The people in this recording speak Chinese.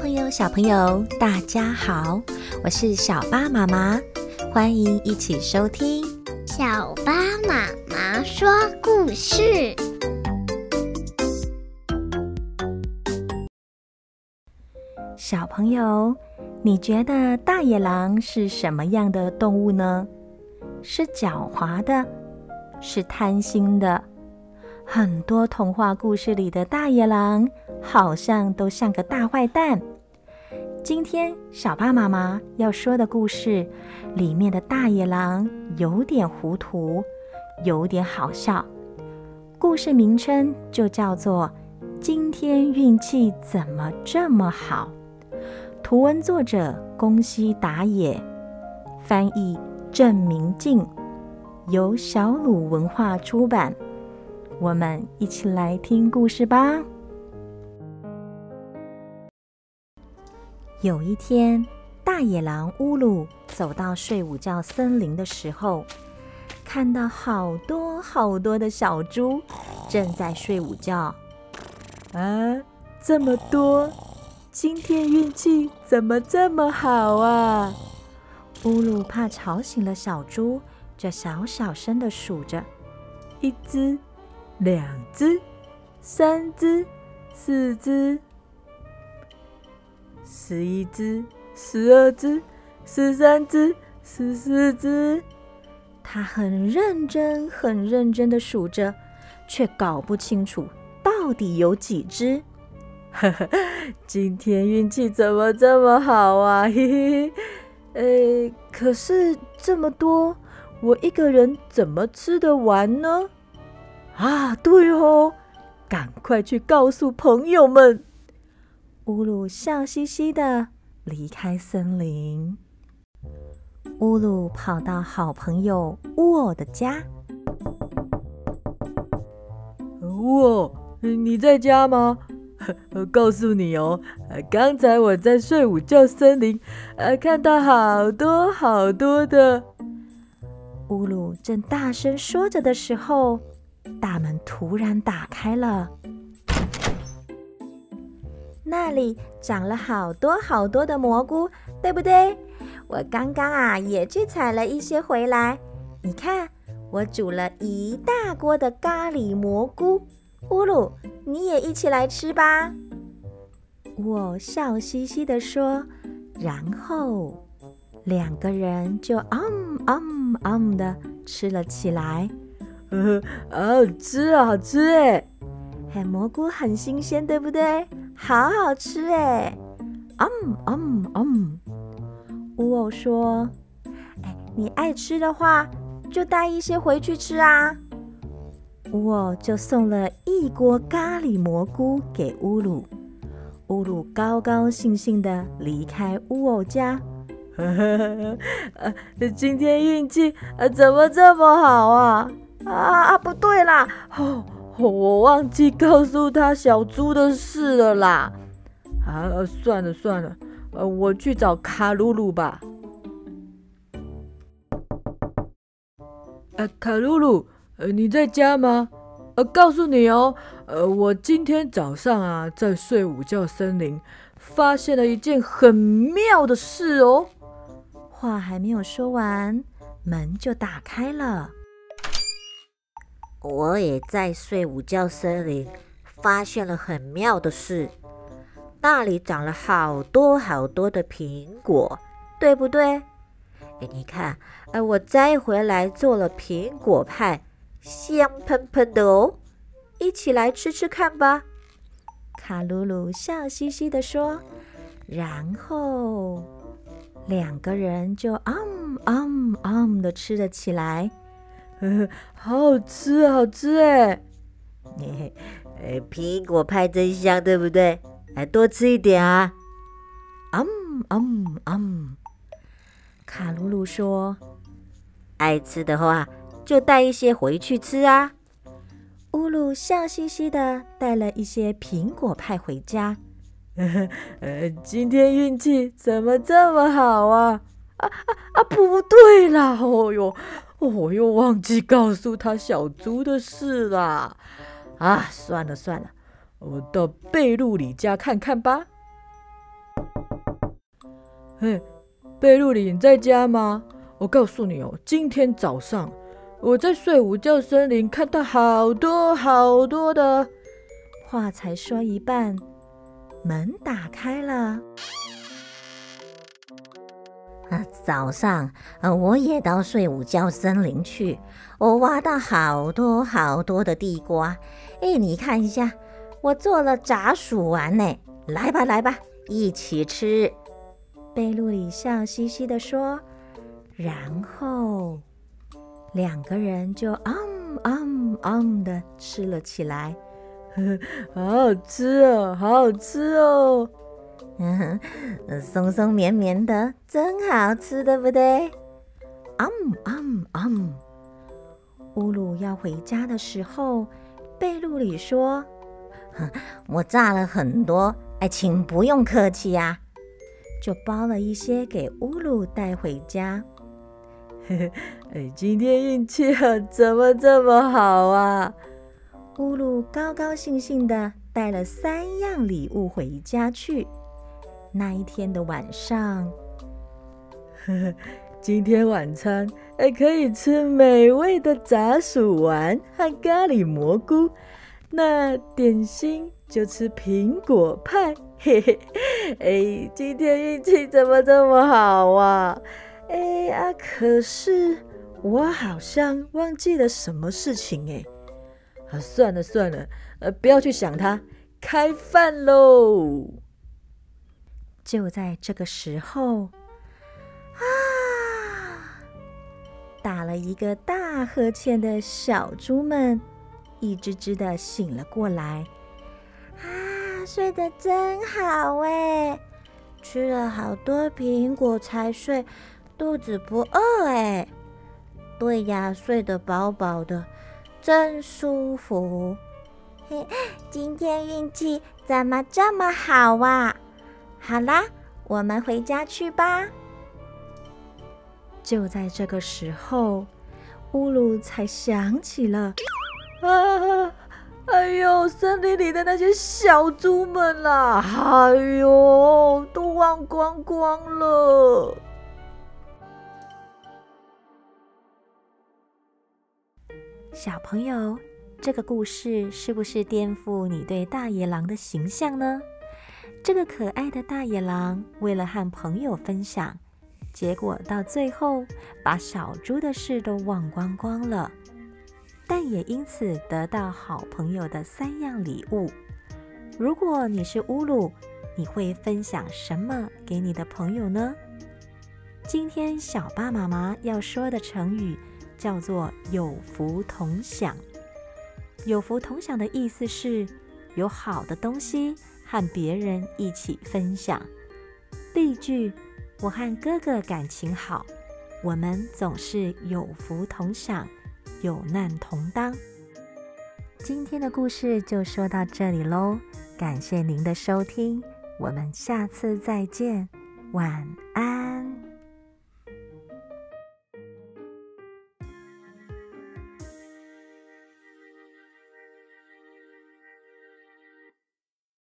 朋友，小朋友，大家好，我是小巴妈妈，欢迎一起收听小巴妈妈说故事。 小朋友，你觉得大野狼是什么样的动物呢？是狡猾的，是贪心的。很多童话故事里的大野狼好像都像个大坏蛋。今天小巴妈妈要说的故事里面的大野狼有点糊涂，有点好笑。故事名称就叫做今天运气怎么这么好。图文作者宫西达也，翻译郑明静，由小鲁文化出版。我们一起来听故事吧。有一天，大野狼乌鲁走到睡午觉森林的时候，看到好多好多的小猪正在睡午觉。啊，这么多！今天运气怎么这么好啊？乌鲁怕吵醒了小猪，就小小声地数着：一只、2只、3只、4只、11只、12只、13只、14只。他很认真、很认真地数着，却搞不清楚到底有几只。今天运气怎么这么好啊？嘿嘿，可是这么多，我一个人怎么吃得完呢？啊，对哦，赶快去告诉朋友们。乌鲁笑嘻嘻地离开森林。乌鲁跑到好朋友乌偶的家。 乌偶，你在家吗？告诉你哦，刚才我在睡午觉森林，看到好多好多的。 乌鲁正大声说着的时候，大门突然打开了。那里长了好多好多的蘑菇，对不对？我刚刚也去采了一些回来。你看，我煮了一大锅的咖喱蘑菇。乌鲁，你也一起来吃吧。我笑嘻嘻地说，然后2个人就的吃了起来。 好吃好吃哎！ 蘑菇很新鲜，对不对？好好吃哎！乌偶说：“你爱吃的话，就带一些回去吃啊。”乌偶就送了1锅咖喱蘑菇给乌鲁。乌鲁高高兴兴地离开乌偶家。 今天运气怎么这么好啊？ 不对啦， 我忘记告诉他小猪的事了啦。算了，我去找卡鲁鲁吧。卡鲁鲁，你在家吗？告诉你哦，我今天早上在睡午觉森林发现了一件很妙的事哦。 话还没有说完，门就打开了。 我也在睡午觉森林发现了很妙的事，那里长了好多好多的苹果，对不对？你看，我摘回来做了苹果派，香喷喷的哦，一起来吃吃看吧。 卡鲁鲁笑嘻嘻地说，然后2个人就的吃了起来。 好好吃好吃哎！ 苹果派真香，对不对？多吃一点啊！ 卡鲁鲁说， 爱吃的话就带一些回去吃啊。 乌鲁笑嘻嘻的带了一些苹果派回家。 今天运气怎么这么好啊？不对啦！我又忘记告诉他小猪的事啦。算了，我到贝路里家看看吧。 嘿，贝露里，你在家吗？我告诉你哦，今天早上我在睡午觉森林看到好多好多的…… 话才说一半，门打开了。 早上，我也到睡午觉森林去，我挖到好多好多的地瓜。你看一下，我做了炸薯丸呢，来吧来吧，一起吃。 贝露里笑嘻嘻地说，然后两个人就的吃了起来。 好好吃哦，好好吃哦！ 松松绵绵的，真好吃，对不对？ 乌鲁要回家的时候，贝露里说：“ 我炸了很多，请不用客气呀。” 就包了一些给乌鲁带回家。 今天运气怎么这么好啊？ 乌鲁高高兴兴地带了3样礼物回家去。那一天的晚上， 今天晚餐可以吃美味的炸薯丸和咖喱蘑菇，那点心就吃苹果派。嘿嘿，今天运气怎么这么好啊？可是我好像忘记了什么事情算了，不要去想它，开饭喽！ 就在这个时候，打了一个大呵欠的小猪们，一只只的醒了过来。 睡得真好吃了好多苹果才睡，肚子不饿对呀，睡得饱饱的，真舒服。今天运气怎么这么好啊？好啦，我们回家去吧。 就在这个时候，乌鲁才想起了， 哎呦，森林里的那些小猪们啦，哎呦，都忘光光了。 小朋友，这个故事是不是颠覆你对大野狼的形象呢？这个可爱的大野狼为了和朋友分享，结果到最后把小猪的事都忘光光了，但也因此得到好朋友的3样礼物。如果你是乌鲁，你会分享什么给你的朋友呢？今天小爸妈妈要说的成语叫做有福同享。有福同享的意思是有好的东西和别人一起分享。例句：我和哥哥感情好，我们总是有福同享，有难同当。今天的故事就说到这里咯，感谢您的收听，我们下次再见，晚安。